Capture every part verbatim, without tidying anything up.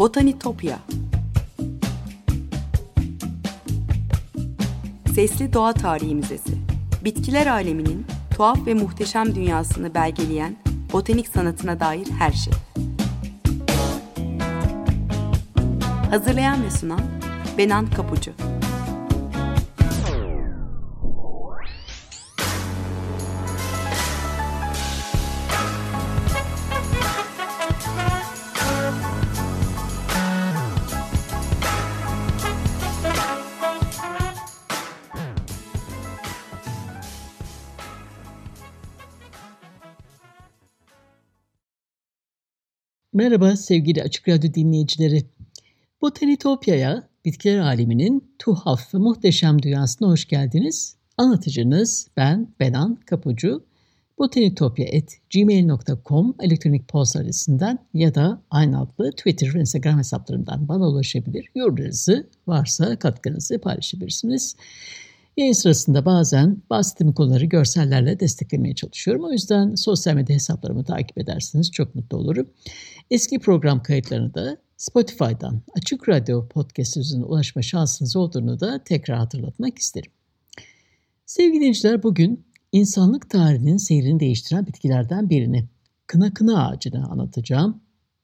Botanitopya. Sesli Doğa Tarihi Müzesi. Bitkiler aleminin tuhaf ve muhteşem dünyasını belgeleyen botanik sanatına dair her şey. Hazırlayan ve sunan Benan Kapucu. Merhaba sevgili Açık Radyo dinleyicileri. Botanitopya'ya, bitkiler aleminin tuhaf ve muhteşem dünyasına hoş geldiniz. Anlatıcınız ben Benan Kapucu. botanitopya at gmail nokta com elektronik posta adresinden ya da aynı adlı Twitter ve Instagram hesaplarından bana ulaşabilir. Yorumlarınızı varsa katkınızı paylaşabilirsiniz. Yayın sırasında bazen bahsettiğim konuları görsellerle desteklemeye çalışıyorum. O yüzden sosyal medya hesaplarımı takip ederseniz çok mutlu olurum. Eski program kayıtlarını da Spotify'dan Açık Radyo Podcast üzerine ulaşma şansınız olduğunu da tekrar hatırlatmak isterim. Sevgili dinleyiciler, bugün insanlık tarihinin seyrini değiştiren bitkilerden birini, kına kına ağacını anlatacağım.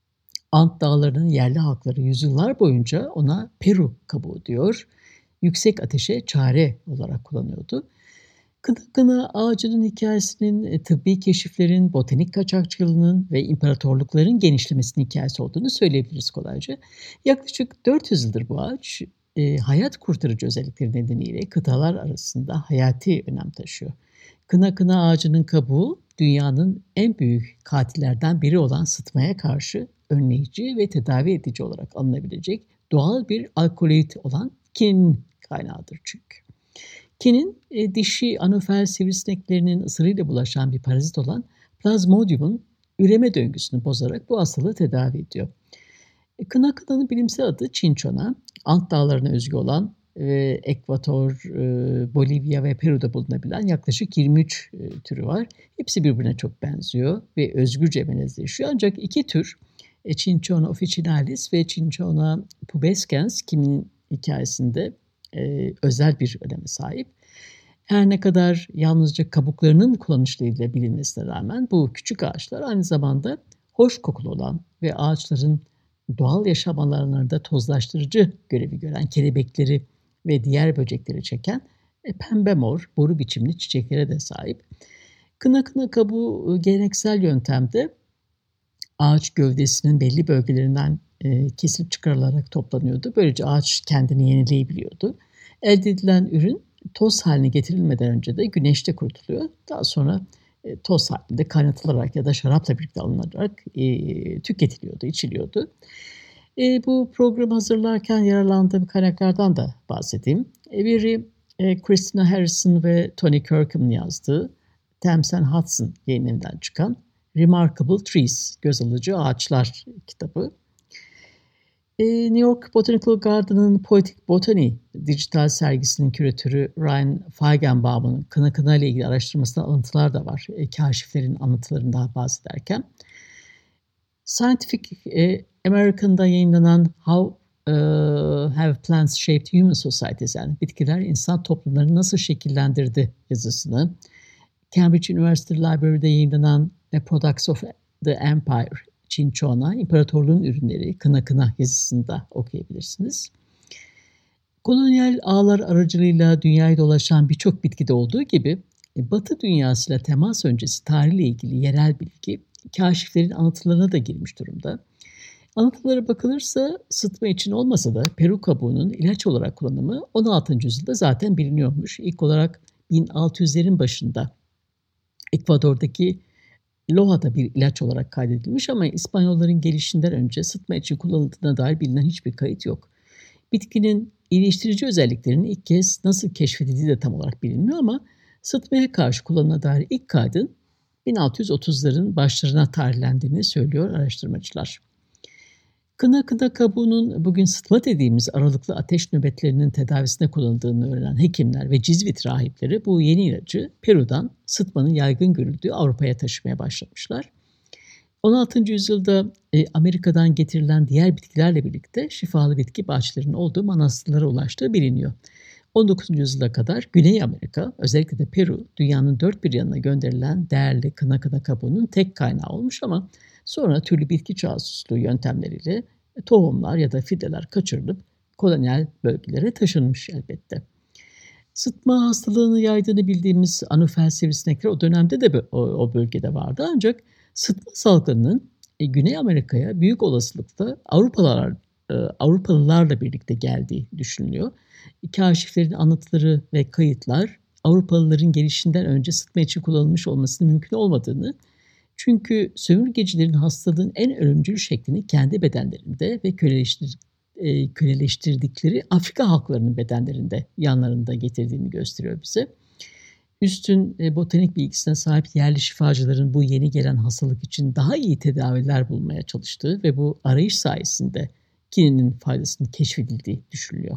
Ant Dağları'nın yerli halkları yüzyıllar boyunca ona Peru kabuğu diyor. Yüksek ateşe çare olarak kullanıyordu. Kına kına ağacının hikayesinin tıbbi keşiflerin, botanik kaçakçılığının ve imparatorlukların genişlemesinin hikayesi olduğunu söyleyebiliriz kolayca. Yaklaşık dört yüz yıldır bu ağaç e, hayat kurtarıcı özellikleri nedeniyle kıtalar arasında hayati önem taşıyor. Kına kına ağacının kabuğu dünyanın en büyük katillerden biri olan sıtmaya karşı önleyici ve tedavi edici olarak alınabilecek doğal bir alkaloid olan kinin kaynağıdır çünkü. Kinin e, dişi anofel sivrisineklerinin ısırıyla bulaşan bir parazit olan Plasmodium'un üreme döngüsünü bozarak bu hastalığı tedavi ediyor. E, kına kınanın bilimsel adı Cinchona. Ant Dağları'na özgü olan ve Ekvator, e, Bolivya ve Peru'da bulunabilen yaklaşık yirmi üç e, türü var. Hepsi birbirine çok benziyor ve özgürce melezleşiyor. Ancak iki tür, e, Cinchona officinalis ve Cinchona pubescens, kimin hikayesinde e, özel bir öneme sahip. Her ne kadar yalnızca kabuklarının kullanışlılığıyla bilinmesine rağmen bu küçük ağaçlar aynı zamanda hoş kokulu olan ve ağaçların doğal yaşam alanlarında tozlaştırıcı görevi gören kelebekleri ve diğer böcekleri çeken e, pembe mor, boru biçimli çiçeklere de sahip. Kına kına kabuğu geleneksel yöntemde ağaç gövdesinin belli bölgelerinden e, kesilip çıkarılarak toplanıyordu. Böylece ağaç kendini yenileyebiliyordu. Elde edilen ürün toz haline getirilmeden önce de güneşte kurutuluyor. Daha sonra e, toz halinde kaynatılarak ya da şarapla birlikte alınarak e, tüketiliyordu, içiliyordu. E, bu programı hazırlarken yararlandığım kaynaklardan da bahsedeyim. E, biri e, Christina Harrison ve Tony Kirkham yazdığı Thames and Hudson yayınlarından çıkan Remarkable Trees, Göz Alıcı Ağaçlar kitabı. New York Botanical Garden'ın Poetic Botany dijital sergisinin küratörü Ryan Feigenbaum'un kına kına ile ilgili araştırmasından alıntılar da var. E, kaşiflerin anlatılarından bahsederken. Scientific e, American'da yayınlanan How uh, Have Plants Shaped Human Societies, yani bitkiler insan toplumlarını nasıl şekillendirdi yazısını, Cambridge University Library'de yayınlanan The Products of the Empire, Cinchona, İmparatorluğun Ürünleri, Kına Kına yazısında okuyabilirsiniz. Kolonyal ağlar aracılığıyla dünyayı dolaşan birçok bitkide olduğu gibi Batı dünyasıyla temas öncesi tarihle ilgili yerel bilgi kaşiflerin anlatılarına da girmiş durumda. Anlatılara bakılırsa sıtma için olmasa da Peru kabuğunun ilaç olarak kullanımı on altıncı yüzyılda zaten biliniyormuş. İlk olarak bin altı yüzlerin başında Ekvador'daki Loa'da bir ilaç olarak kaydedilmiş ama İspanyolların gelişinden önce sıtma için kullanıldığına dair bilinen hiçbir kayıt yok. Bitkinin iyileştirici özelliklerinin ilk kez nasıl keşfedildiği de tam olarak bilinmiyor ama sıtmaya karşı kullanılan dair ilk kaydın bin altı yüz otuzların başlarına tarihlendiğini söylüyor araştırmacılar. Kına kına kabuğunun bugün sıtma dediğimiz aralıklı ateş nöbetlerinin tedavisine kullanıldığını öğrenen hekimler ve Cizvit rahipleri bu yeni ilacı Peru'dan sıtmanın yaygın görüldüğü Avrupa'ya taşımaya başlamışlar. on altıncı yüzyılda e, Amerika'dan getirilen diğer bitkilerle birlikte şifalı bitki bahçelerinin olduğu manastırlara ulaştığı biliniyor. on dokuzuncu yüzyıla kadar Güney Amerika, özellikle de Peru, dünyanın dört bir yanına gönderilen değerli kına kına kabuğunun tek kaynağı olmuş ama sonra türlü bitki casusluğu yöntemleriyle tohumlar ya da fideler kaçırılıp kolonyal bölgelere taşınmış elbette. Sıtma hastalığını yaydığını bildiğimiz Anopheles sivrisinekler o dönemde de o, o bölgede vardı. Ancak sıtma salgınının e, Güney Amerika'ya büyük olasılıkla Avrupalılar, e, Avrupalılarla birlikte geldiği düşünülüyor. Kaşiflerin anlatıları ve kayıtlar Avrupalıların gelişinden önce sıtma için kullanılmış olmasının mümkün olmadığını, çünkü sömürgecilerin hastalığın en ölümcül şeklini kendi bedenlerinde ve köleleştir, e, köleleştirdikleri Afrika halklarının bedenlerinde yanlarında getirdiğini gösteriyor bize. Üstün e, botanik bilgisine sahip yerli şifacıların bu yeni gelen hastalık için daha iyi tedaviler bulmaya çalıştığı ve bu arayış sayesinde kininin faydasını keşfedildiği düşünülüyor.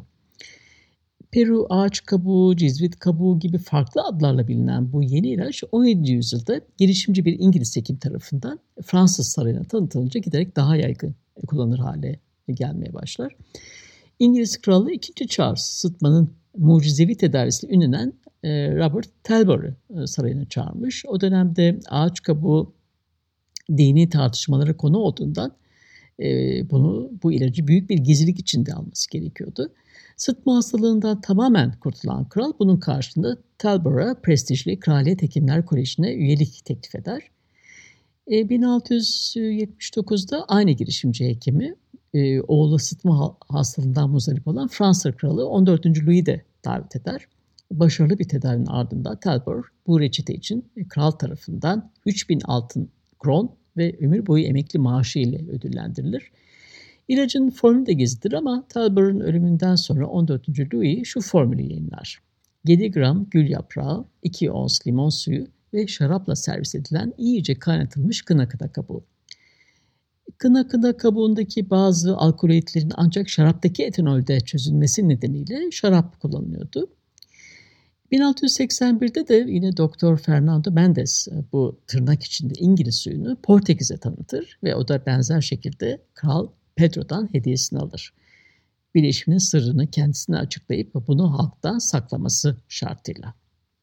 Peru ağaç kabuğu, cizvit kabuğu gibi farklı adlarla bilinen bu yeni ilaç on yedinci yüzyılda girişimci bir İngiliz hekim tarafından Fransız sarayına tanıtılınca giderek daha yaygın kullanılır hale gelmeye başlar. İngiliz Kralı ikinci. Charles, sıtmanın mucizevi tedavisiyle ünlenen Robert Talboys'u sarayına çağırmış. O dönemde ağaç kabuğu dini tartışmalara konu olduğundan bunu bu ilacı büyük bir gizlilik içinde alması gerekiyordu. Sıtma hastalığından tamamen kurtulan kral bunun karşılığında Talboys'a prestijli Kraliyet Hekimler Koleji'ne üyelik teklif eder. E, bin altı yüz yetmiş dokuzda aynı girişimci hekimi e, oğlu sıtma hastalığından muzdarip olan Fransa Kralı on dördüncü. Louis'i de davet eder. Başarılı bir tedavinin ardından Talboys bu reçete için kral tarafından üç bin altın kron ve ömür boyu emekli maaşı ile ödüllendirilir. İlacın formülü de gizlidir ama Talboys'un ölümünden sonra on dördüncü. Louis şu formülü yayınlar. yedi gram gül yaprağı, iki ons limon suyu ve şarapla servis edilen iyice kaynatılmış kına kına kabuğu. Kına kına kabuğundaki bazı alkaloidlerin ancak şaraptaki etanolde çözülmesi nedeniyle şarap kullanılıyordu. bin altı yüz seksen birde de yine Doktor Fernando Mendes bu tırnak içinde İngiliz suyunu Portekiz'e tanıtır ve o da benzer şekilde Kral Pedro'dan hediyesini alır. Bileşimin sırrını kendisine açıklayıp bunu halktan saklaması şartıyla.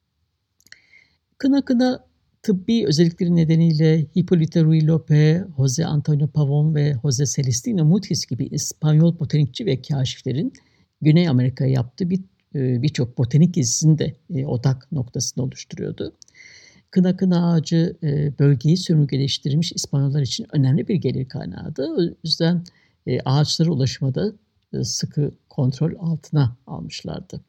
Kına kına tıbbi özellikleri nedeniyle Hipólito Ruy López, José Antonio Pavón ve José Celestino Mutis gibi İspanyol botanikçi ve kaşiflerin Güney Amerika'ya yaptığı bir birçok botanik gezisinin de odak noktasını oluşturuyordu. Kına kına ağacı bölgeyi sömürgeleştirmiş İspanyollar için önemli bir gelir kaynağıydı. O yüzden ağaçlara ulaşmada sıkı kontrol altına almışlardı.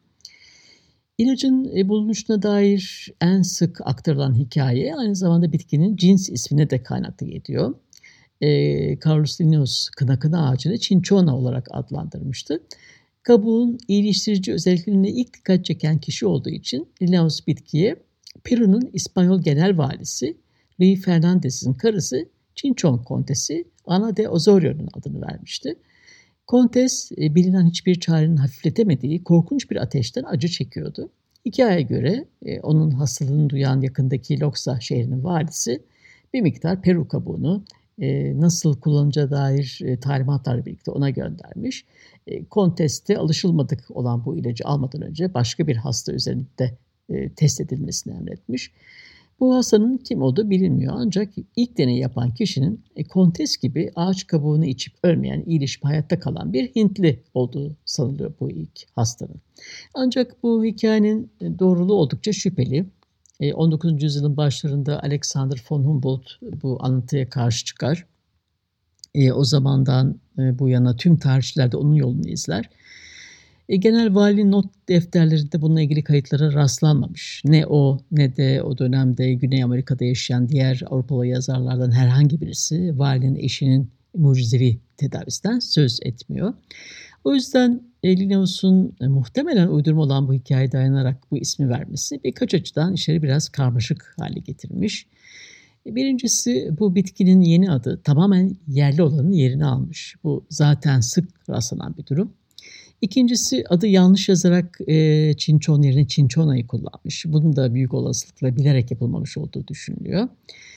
İlacın bulunuşuna dair en sık aktarılan hikaye aynı zamanda bitkinin cins ismine de kaynaklı ediyor. Carlos Linnaeus kına kına ağacını cinchona olarak adlandırmıştı. Kabuğun iyileştirici özelliklerine ilk dikkat çeken kişi olduğu için Linnaeus bitkiye Peru'nun İspanyol genel valisi Luis Fernandez'in karısı Chinchon Kontesi Ana de Osorio'nun adını vermişti. Kontes bilinen hiçbir çarenin hafifletemediği korkunç bir ateşten acı çekiyordu. Hikayeye göre onun hastalığını duyan yakındaki Loxa şehrinin valisi bir miktar Peru kabuğunu nasıl kullanacağı dair talimatlarla birlikte ona göndermiş. Konteste alışılmadık olan bu ilacı almadan önce başka bir hasta üzerinde test edilmesini emretmiş. Bu hastanın kim olduğu bilinmiyor ancak ilk deneyi yapan kişinin Kontes gibi ağaç kabuğunu içip ölmeyen, iyileşip hayatta kalan bir Hintli olduğu sanılıyor bu ilk hastanın. Ancak bu hikayenin doğruluğu oldukça şüpheli. on dokuzuncu yüzyılın başlarında Alexander von Humboldt bu anlatıya karşı çıkar. E, o zamandan e, bu yana tüm tarihçiler de onun yolunu izler. E, genel vali not defterlerinde bununla ilgili kayıtlara rastlanmamış. Ne o ne de o dönemde Güney Amerika'da yaşayan diğer Avrupalı yazarlardan herhangi birisi valinin eşinin mucizevi tedavisinden söz etmiyor. O yüzden Linnaeus'un e, muhtemelen uydurma olan bu hikayeye dayanarak bu ismi vermesi birkaç açıdan işleri biraz karmaşık hale getirmiş. Birincisi bu bitkinin yeni adı tamamen yerli olanın yerini almış. Bu zaten sık rastlanan bir durum. İkincisi adı yanlış yazarak e, Cinchon yerine Cinchona'yı kullanmış. Bunun da büyük olasılıkla bilerek yapılmamış olduğu düşünülüyor.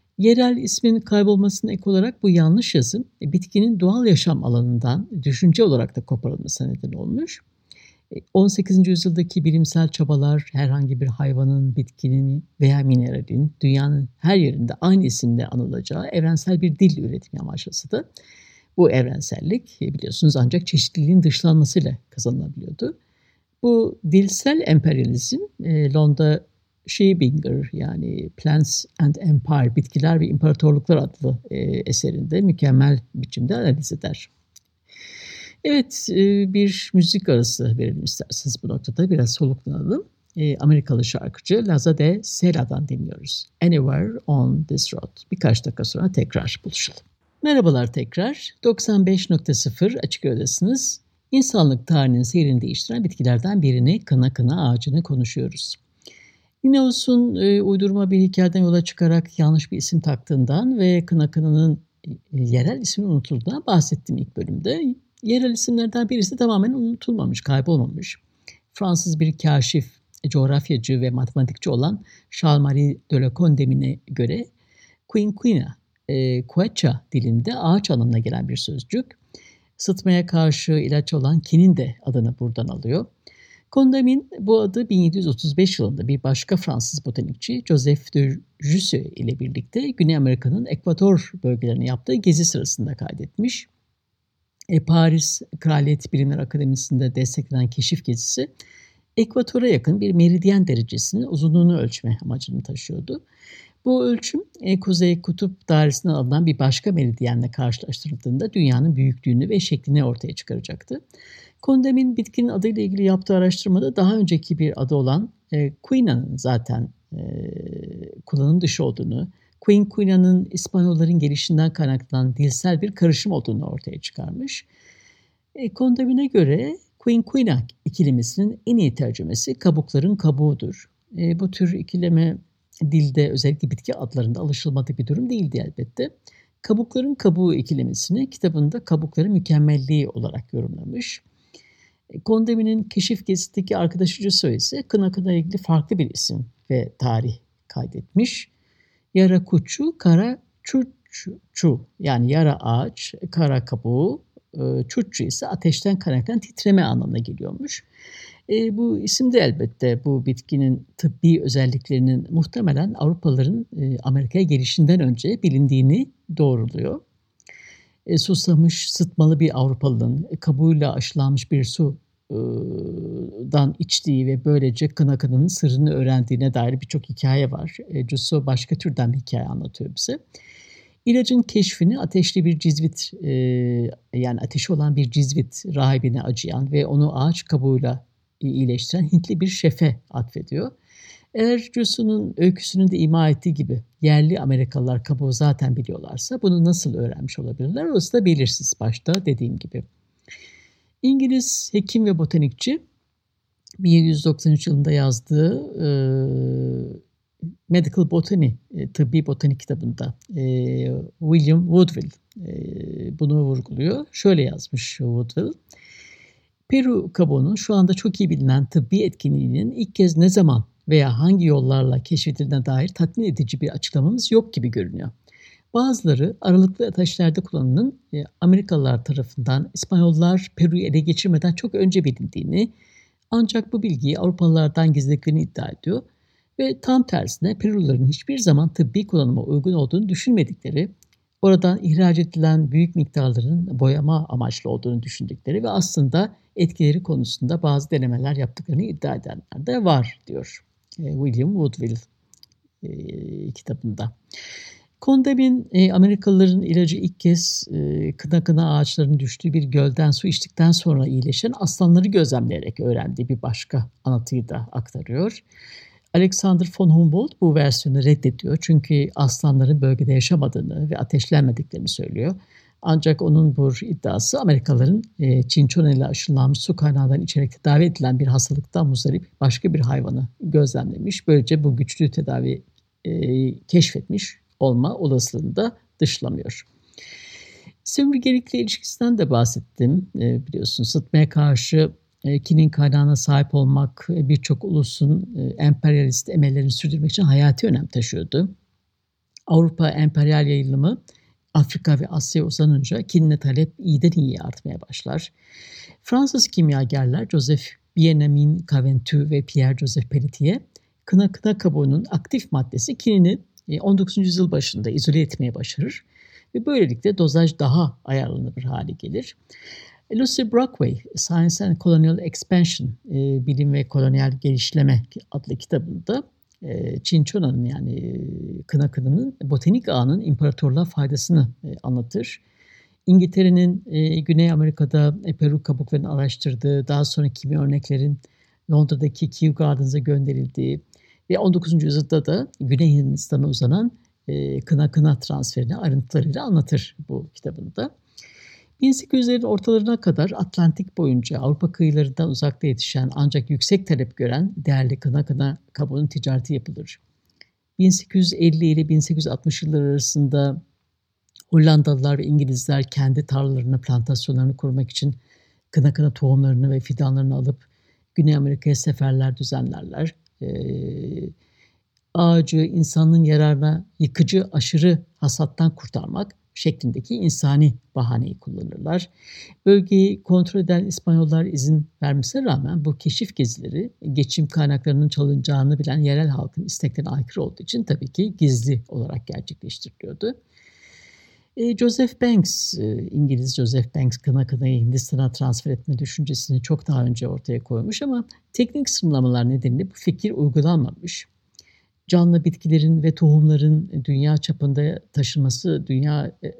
Yerel ismin kaybolmasına ek olarak bu yanlış yazım bitkinin doğal yaşam alanından düşünce olarak da koparılmasına neden olmuş. on sekizinci yüzyıldaki bilimsel çabalar herhangi bir hayvanın, bitkinin veya mineralin dünyanın her yerinde aynı isimle anılacağı evrensel bir dil üretimi amaçlasa da bu evrensellik biliyorsunuz ancak çeşitliliğin dışlanmasıyla kazanılabiliyordu. Bu dilsel emperyalizm Londra Schiebinger yani Plants and Empire, Bitkiler ve İmparatorluklar adlı eserinde mükemmel biçimde analiz eder. Evet, bir müzik arası verelim isterseniz bu noktada biraz soluklanalım. Amerikalı şarkıcı Laza de Sera'dan dinliyoruz. Anywhere on this road. Birkaç dakika sonra tekrar buluşalım. Merhabalar tekrar. doksan beş nokta sıfır Açık Radyo'dasınız. İnsanlık tarihinin seyrini değiştiren bitkilerden birini, kına kına ağacını konuşuyoruz. Linnaeus'un e, uydurma bir hikayeden yola çıkarak yanlış bir isim taktığından ve kına kınanın e, yerel ismi unutulduğundan bahsettim ilk bölümde. Yerel isimlerden birisi tamamen unutulmamış, kaybolmamış. Fransız bir kâşif, coğrafyacı ve matematikçi olan Charles-Marie de la Condamine göre quinquina, e, Quechua dilinde ağaç anlamına gelen bir sözcük. Sıtmaya karşı ilaç olan kinin de adını buradan alıyor. Condamine bu adı bin yedi yüz otuz beş yılında bir başka Fransız botanikçi Joseph de Jussieu ile birlikte Güney Amerika'nın Ekvator bölgelerine yaptığı gezi sırasında kaydetmiş. E, Paris Kraliyet Bilimler Akademisi'nde desteklenen keşif gezisi Ekvator'a yakın bir meridyen derecesinin uzunluğunu ölçme amacını taşıyordu. Bu ölçüm e, Kuzey Kutup dairesinden alınan bir başka meridyenle karşılaştırıldığında dünyanın büyüklüğünü ve şeklini ortaya çıkaracaktı. Condamine bitkinin adıyla ilgili yaptığı araştırmada daha önceki bir adı olan e, quina'nın zaten e, kullanım dışı olduğunu, quinquina'nın İspanyolların gelişinden kaynaklanan dilsel bir karışım olduğunu ortaya çıkarmış. E, Condamine'e göre quinquina ikilemesinin en iyi tercümesi kabukların kabuğudur. E, bu tür ikileme dilde özellikle bitki adlarında alışılmadık bir durum değildi elbette. Kabukların kabuğu ikilemesini kitabında kabukların mükemmelliği olarak yorumlamış. Condamine'in keşif gezisindeki arkadaşı Jussieu ise kına kına ilgili farklı bir isim ve tarih kaydetmiş. Yara kuçu, kara çuçu yani yara ağaç, kara kabuğu, çuçu ise ateşten kaynaklanan titreme anlamına geliyormuş. E, bu isim de elbette bu bitkinin tıbbi özelliklerinin muhtemelen Avrupalıların e, Amerika'ya gelişinden önce bilindiğini doğruluyor. E, susamış, sıtmalı bir Avrupalının e, kabuğuyla aşılanmış bir sudan içtiği ve böylece kına kınanın sırrını öğrendiğine dair birçok hikaye var. E, Jussieu başka türden bir hikaye anlatıyor bize. İlacın keşfini ateşli bir cizvit, e, yani ateşi olan bir cizvit rahibine acıyan ve onu ağaç kabuğuyla iyileştiren Hintli bir şefe atfediyor. Eğer Jussieu'nun öyküsünün de ima ettiği gibi yerli Amerikalılar kabuğu zaten biliyorlarsa bunu nasıl öğrenmiş olabilirler? Orası da belirsiz başta dediğim gibi. İngiliz hekim ve botanikçi bin yedi yüz doksan üç yılında yazdığı e, Medical Botany, e, tıbbi botanik kitabında e, William Woodville e, bunu vurguluyor. Şöyle yazmış Woodville. Peru kabuğunun şu anda çok iyi bilinen tıbbi etkinliğinin ilk kez ne zaman veya hangi yollarla keşfedildiğine dair tatmin edici bir açıklamamız yok gibi görünüyor. Bazıları aralıklı ateşlerde kullanılan e, Amerikalılar tarafından İspanyollar Peru'yu ele geçirmeden çok önce bilindiğini, ancak bu bilgiyi Avrupalılardan gizlediklerini iddia ediyor ve tam tersine Perulilerin hiçbir zaman tıbbi kullanıma uygun olduğunu düşünmedikleri, oradan ihraç edilen büyük miktarların boyama amaçlı olduğunu düşündükleri ve aslında etkileri konusunda bazı denemeler yaptıklarını iddia edenler de var diyor William Woodville e, kitabında. Condamine e, Amerikalıların ilacı ilk kez e, kına kına ağaçlarının düştüğü bir gölden su içtikten sonra iyileşen aslanları gözlemleyerek öğrendiği bir başka anlatıyı da aktarıyor. Alexander von Humboldt bu versiyonu reddediyor çünkü aslanların bölgede yaşamadığını ve ateşlenmediklerini söylüyor. Ancak onun bu iddiası Amerikalıların e, cinchona ile aşılanmış su kaynağından içerek tedavi edilen bir hastalıktan muzdarip başka bir hayvanı gözlemlemiş. Böylece bu güçlü tedavi e, keşfetmiş olma olasılığını da dışlamıyor. Sömürgelikle ilişkisinden de bahsettim. E, biliyorsun sıtmaya karşı e, kinin kaynağına sahip olmak e, birçok ulusun e, emperyalist emellerini sürdürmek için hayati önem taşıyordu. Avrupa emperyal yayılımı Afrika ve Asya'ya uzanınca kinle talep iyiden iyiye artmaya başlar. Fransız kimyagerler Joseph Bien-Aimé Caventou ve Pierre-Joseph Pelletier, kına kına kabuğunun aktif maddesi kinini on dokuzuncu yüzyıl başında izole etmeye başarır ve böylelikle dozaj daha ayarlanır hale gelir. Lucy Brockway, Science and Colonial Expansion, e, Bilim ve Kolonyal Gelişleme adlı kitabında e, Cinchona'nın yani e, kına kınının botanik ağının imparatorluğa faydasını e, anlatır. İngiltere'nin e, Güney Amerika'da e, Peru kabuklarını araştırdığı, daha sonra kimya örneklerin Londra'daki Kew Gardens'a gönderildiği ve on dokuzuncu yüzyılda da Güney Hindistan'a uzanan e, kına kına transferini ayrıntılarıyla anlatır bu kitabında. bin sekiz yüzlerin ortalarına kadar Atlantik boyunca Avrupa kıyılarından uzakta yetişen ancak yüksek talep gören değerli kına kına kabuğunun ticareti yapılır. bin sekiz yüz elli ile bin sekiz yüz altmış yılları arasında Hollandalılar ve İngilizler kendi tarlalarını, plantasyonlarını kurmak için kına kına tohumlarını ve fidanlarını alıp Güney Amerika'ya seferler düzenlerler. Ee, ağacı insanlığın yararına yıkıcı aşırı hasattan kurtarmak şeklindeki insani bahaneyi kullanırlar. Bölgeyi kontrol eden İspanyollar izin vermesine rağmen bu keşif gezileri geçim kaynaklarının çalınacağını bilen yerel halkın isteklerine aykırı olduğu için tabii ki gizli olarak gerçekleştiriliyordu. E, Joseph Banks, e, İngiliz Joseph Banks kına kınayı Hindistan'a transfer etme düşüncesini çok daha önce ortaya koymuş ama teknik sınırlamalar nedeniyle bu fikir uygulanmamış. Canlı bitkilerin ve tohumların dünya çapında taşınması, dünya e,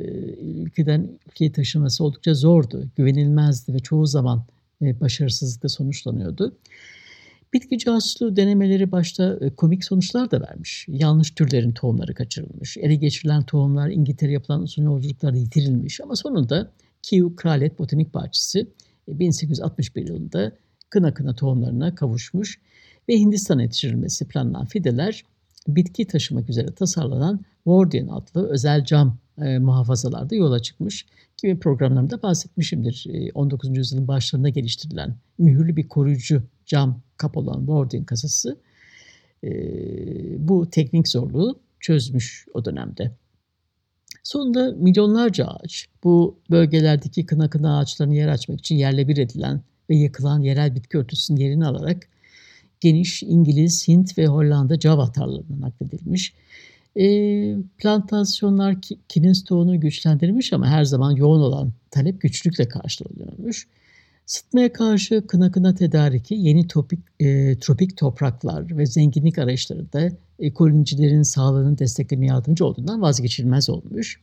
ülkeden ülkeye taşınması oldukça zordu, güvenilmezdi ve çoğu zaman e, başarısızlıkla sonuçlanıyordu. Bitki casusluğu denemeleri başta e, komik sonuçlar da vermiş. Yanlış türlerin tohumları kaçırılmış, ele geçirilen tohumlar İngiltere yapılan uzun yolculuklarda yitirilmiş ama sonunda Kew Kraliyet Botanik Bahçesi e, bin sekiz yüz altmış bir yılında kına kına tohumlarına kavuşmuş ve Hindistan'a yetiştirilmesi planlanan fideler bitki taşımak üzere tasarlanan Wardian adlı özel cam e, muhafazalarda yola çıkmış. Kimi programlarımda bahsetmişimdir. E, on dokuzuncu yüzyılın başlarında geliştirilen mühürlü bir koruyucu cam kap olan Wardian kasası e, bu teknik zorluğu çözmüş o dönemde. Sonunda milyonlarca ağaç bu bölgelerdeki kına kına ağaçlarını yer açmak için yerle bir edilen ve yakılan yerel bitki örtüsünün yerini alarak geniş İngiliz, Hint ve Hollanda Java tarlalarına nakledilmiş. E, plantasyonlar kinin stoğunu güçlendirmiş ama her zaman yoğun olan talep güçlükle karşılanıyormuş. Sıtmaya karşı kına kına tedariki yeni topik, e, tropik topraklar ve zenginlik arayışları da e, kolonicilerin sağlığını desteklemeye yardımcı olduğundan vazgeçilmez olmuş.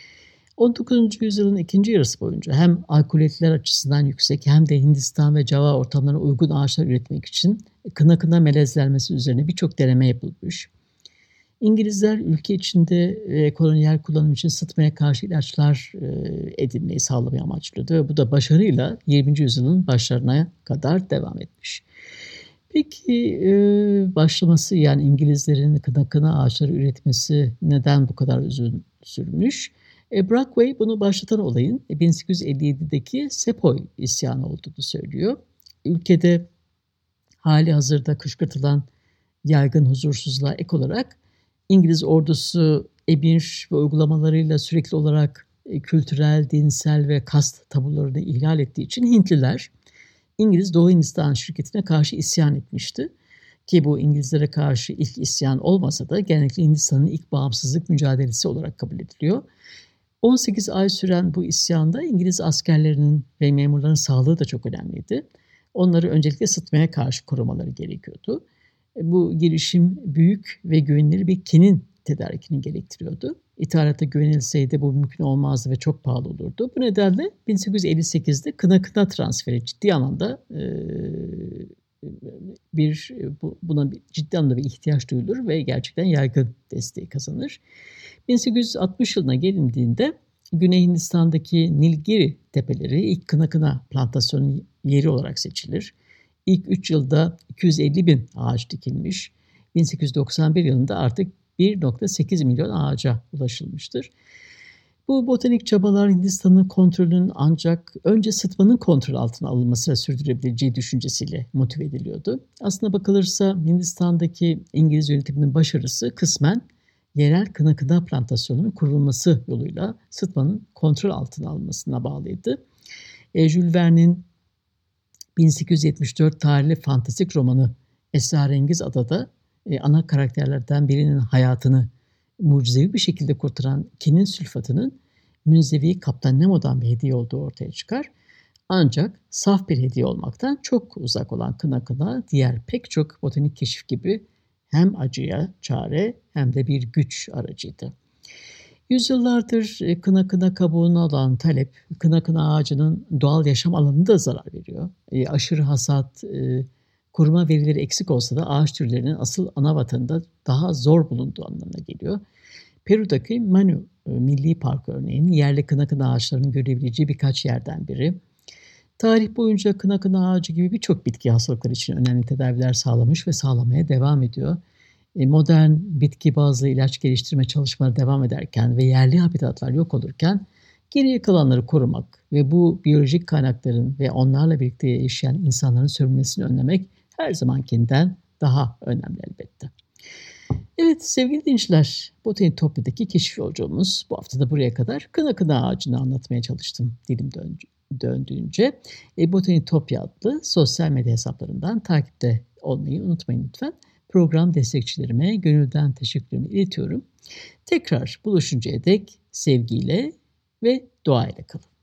on dokuzuncu yüzyılın ikinci yarısı boyunca hem alkolitler açısından yüksek hem de Hindistan ve Java ortamlarına uygun ağaçlar üretmek için kına kına melezlenmesi üzerine birçok deneme yapılmış. İngilizler ülke içinde e, kolonyal kullanım için sıtmaya karşı ilaçlar e, edinmeyi sağlamayı amaçlıyordu ve bu da başarıyla yirminci yüzyılın başlarına kadar devam etmiş. Peki e, başlaması yani İngilizlerin kına kına ağaçları üretmesi neden bu kadar uzun sürmüş? E, Brockway bunu başlatan olayın bin sekiz yüz elli yedideki Sepoy isyanı olduğunu söylüyor. Ülkede hali hazırda kışkırtılan yaygın huzursuzluğa ek olarak İngiliz ordusu emir ve uygulamalarıyla sürekli olarak e, kültürel, dinsel ve kast tabularını ihlal ettiği için Hintliler İngiliz Doğu Hindistan şirketine karşı isyan etmişti. Ki bu İngilizlere karşı ilk isyan olmasa da genellikle Hindistan'ın ilk bağımsızlık mücadelesi olarak kabul ediliyor. on sekiz ay süren bu isyanda İngiliz askerlerinin ve memurların sağlığı da çok önemliydi. Onları öncelikle sıtmaya karşı korumaları gerekiyordu. Bu girişim büyük ve güvenilir bir kinin tedarikini gerektiriyordu. İthalata güvenilseydi bu mümkün olmazdı ve çok pahalı olurdu. Bu nedenle bin sekiz yüz elli sekizde kına kına transferi ciddi anlamda e, bir buna bir, ciddi anlamda bir ihtiyaç duyulur ve gerçekten yaygın desteği kazanır. bin sekiz yüz altmış yılına gelindiğinde Güney Hindistan'daki Nilgiri tepeleri ilk kına kına plantasyonu yeri olarak seçilir. İlk üç yılda iki yüz elli bin ağaç dikilmiş. bin sekiz yüz doksan bir yılında artık bir virgül sekiz milyon ağaca ulaşılmıştır. Bu botanik çabalar Hindistan'ın kontrolünün ancak önce sıtmanın kontrol altına alınmasıyla sürdürebileceği düşüncesiyle motive ediliyordu. Aslına bakılırsa Hindistan'daki İngiliz yönetiminin başarısı kısmen yerel kına kına plantasyonunun kurulması yoluyla sıtmanın kontrol altına alınmasına bağlıydı. E, Jules Verne'in bin sekiz yüz yetmiş dört tarihli fantastik romanı Esrarengiz Adada e, ana karakterlerden birinin hayatını mucizevi bir şekilde kurtaran kinin sülfatının münzevi Kaptan Nemo'dan bir hediye olduğu ortaya çıkar. Ancak saf bir hediye olmaktan çok uzak olan kına kına diğer pek çok botanik keşif gibi hem acıya çare hem de bir güç aracıydı. Yüzyıllardır kına kına kabuğuna olan talep, kına kına ağacının doğal yaşam alanına da zarar veriyor. E, aşırı hasat, e, koruma verileri eksik olsa da ağaç türlerinin asıl ana vatanında daha zor bulunduğu anlamına geliyor. Peru'daki Manu e, Milli Parkı örneğin yerli kına kına ağaçlarının görebileceği birkaç yerden biri. Tarih boyunca kına kına ağacı gibi birçok bitki hastalıkları için önemli tedaviler sağlamış ve sağlamaya devam ediyor. Modern bitki bazlı ilaç geliştirme çalışmaları devam ederken ve yerli habitatlar yok olurken geriye kalanları korumak ve bu biyolojik kaynakların ve onlarla birlikte yaşayan insanların sömürmesini önlemek her zamankinden daha önemli elbette. Evet sevgili dinleyiciler, Botanitopya'daki keşif yolculuğumuz bu hafta da buraya kadar. Kına kına ağacını anlatmaya çalıştım dilim döndü, döndüğünce. E, Botanitopya adlı sosyal medya hesaplarından takipte olmayı unutmayın lütfen. Program destekçilerime gönülden teşekkürlerimi iletiyorum. Tekrar buluşuncaya dek sevgiyle ve duayla kalın.